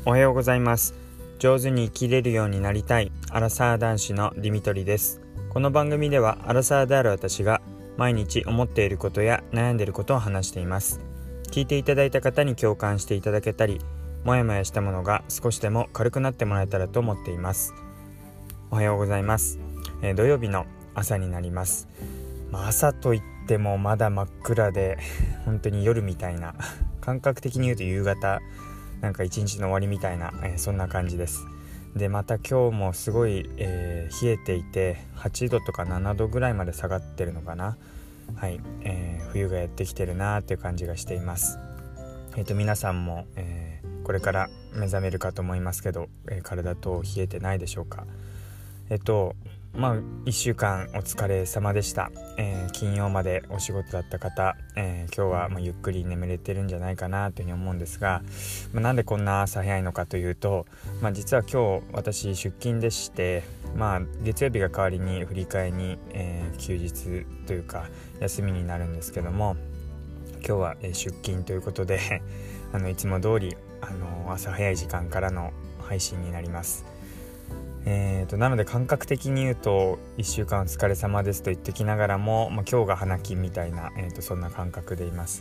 おはようございます。上手に生きれるようになりたいアラサー男子のディミトリです。この番組ではアラサーである私が毎日思っていることや悩んでいることを話しています。聞いていただいた方に共感していただけたり、もやもやしたものが少しでも軽くなってもらえたらと思っています。おはようございます。土曜日の朝になります。朝といってもまだ真っ暗で本当に夜みたいな感覚的に言うと夕方なんか一日の終わりみたいな、そんな感じです。でまた今日もすごい、冷えていて8度とか7度ぐらいまで下がってるのかな。はい、冬がやってきてるなっていう感じがしています。皆さんも、これから目覚めるかと思いますけど、体と冷えてないでしょうか。1週間お疲れ様でした。金曜までお仕事だった方、今日はゆっくり眠れてるんじゃないかなというふうに思うんですが、なんでこんな朝早いのかというと、実は今日私出勤でして、月曜日が代わりに振り替えに、休日というか休みになるんですけども、今日は、出勤ということでいつも通り朝早い時間からの配信になります。なので感覚的に言うと1週間お疲れ様ですと言ってきながらも、今日が花金みたいな、そんな感覚でいます。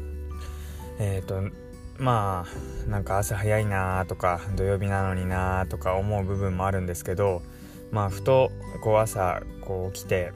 なんか朝早いなとか土曜日なのになとか思う部分もあるんですけど、ふと朝起きて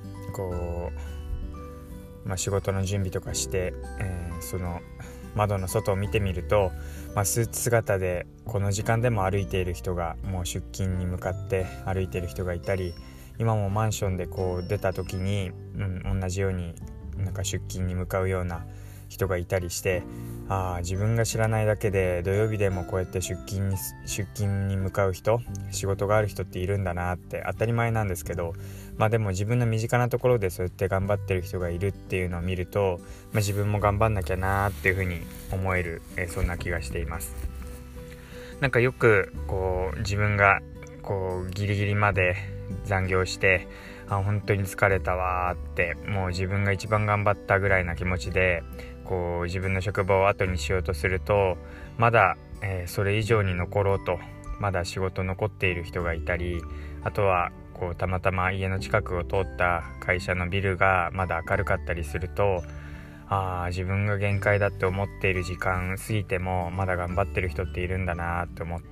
仕事の準備とかして、その窓の外を見てみると、スーツ姿でこの時間でも歩いている人がもう出勤に向かって歩いている人がいたり、今もマンションで出た時に、同じようになんか出勤に向かうような人がいたりして、自分が知らないだけで土曜日でもこうやって出勤に向かう人、仕事がある人っているんだなって当たり前なんですけど、でも自分の身近なところでそうやって頑張ってる人がいるっていうのを見ると、自分も頑張んなきゃなっていうふうに思える、そんな気がしています。なんかよく自分がギリギリまで残業して本当に疲れたわって、もう自分が一番頑張ったぐらいな気持ちで自分の職場を後にしようとすると、まだ、それ以上に残ろうとまだ仕事残っている人がいたり、あとはたまたま家の近くを通った会社のビルがまだ明るかったりすると、自分が限界だって思っている時間過ぎてもまだ頑張ってる人っているんだなって思って、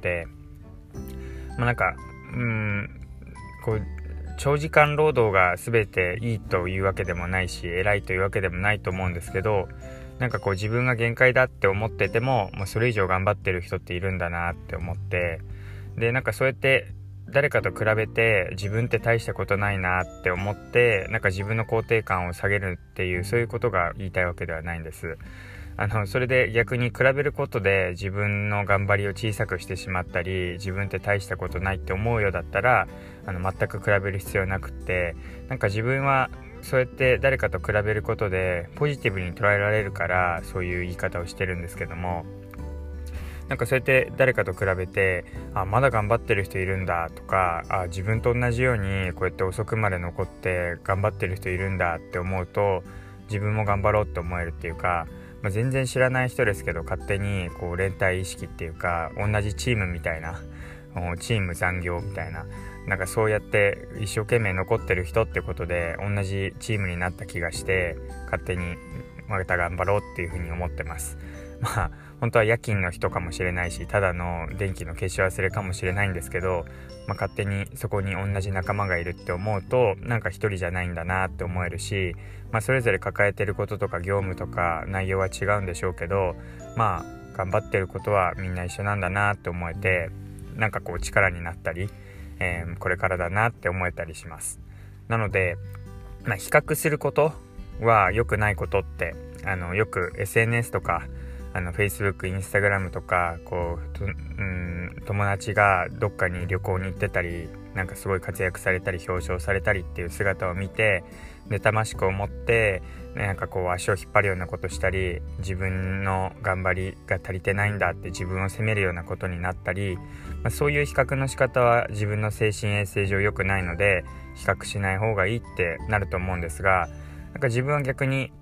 長時間労働が全ていいというわけでもないし偉いというわけでもないと思うんですけど、自分が限界だって思っててももうそれ以上頑張ってる人っているんだなって思って、でそうやって誰かと比べて自分って大したことないなって思って自分の肯定感を下げるっていう、そういうことが言いたいわけではないんです。それで逆に比べることで自分の頑張りを小さくしてしまったり、自分って大したことないって思うようだったら全く比べる必要なくって、自分はそうやって誰かと比べることでポジティブに捉えられるからそういう言い方をしてるんですけども、そうやって誰かと比べてまだ頑張ってる人いるんだとか、自分と同じようにこうやって遅くまで残って頑張ってる人いるんだって思うと、自分も頑張ろうって思えるっていうか、全然知らない人ですけど勝手に連帯意識っていうか、同じチームみたいな、チーム残業みたいな、そうやって一生懸命残ってる人ってことで同じチームになった気がして、勝手にまた頑張ろうっていうふうに思ってます。本当は夜勤の人かもしれないし、ただの電気の消し忘れかもしれないんですけど、勝手にそこに同じ仲間がいるって思うと一人じゃないんだなって思えるし、それぞれ抱えてることとか業務とか内容は違うんでしょうけど、頑張ってることはみんな一緒なんだなって思えて、力になったり、これからだなって思えたりします。なので、比較することは良くないことってよく SNS とかFacebook、Instagram とか友達がどっかに旅行に行ってたりすごい活躍されたり表彰されたりっていう姿を見て妬ましく思って、足を引っ張るようなことしたり、自分の頑張りが足りてないんだって自分を責めるようなことになったり、そういう比較の仕方は自分の精神衛生上良くないので比較しない方がいいってなると思うんですが、自分は逆に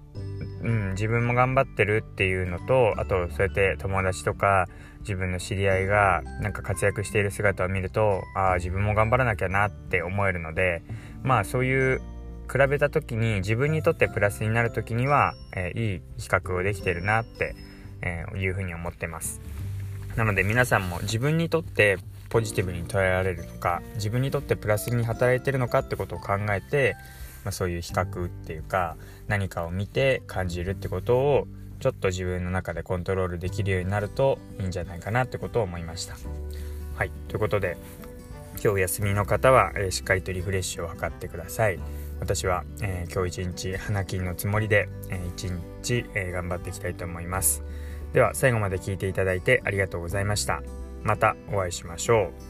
自分も頑張ってるっていうのと、あとそうやって友達とか自分の知り合いがなんか活躍している姿を見ると、自分も頑張らなきゃなって思えるので、そういう比べた時に自分にとってプラスになる時には、いい比較をできてるなって、いうふうに思ってます。なので皆さんも自分にとってポジティブに捉えられるのか、自分にとってプラスに働いてるのかってことを考えて、そういう比較っていうか何かを見て感じるってことをちょっと自分の中でコントロールできるようになるといいんじゃないかなってことを思いました。はい、ということで今日お休みの方は、しっかりとリフレッシュを図ってください。私は、今日一日花金のつもりで、一日、頑張っていきたいと思います。では最後まで聞いていただいてありがとうございました。またお会いしましょう。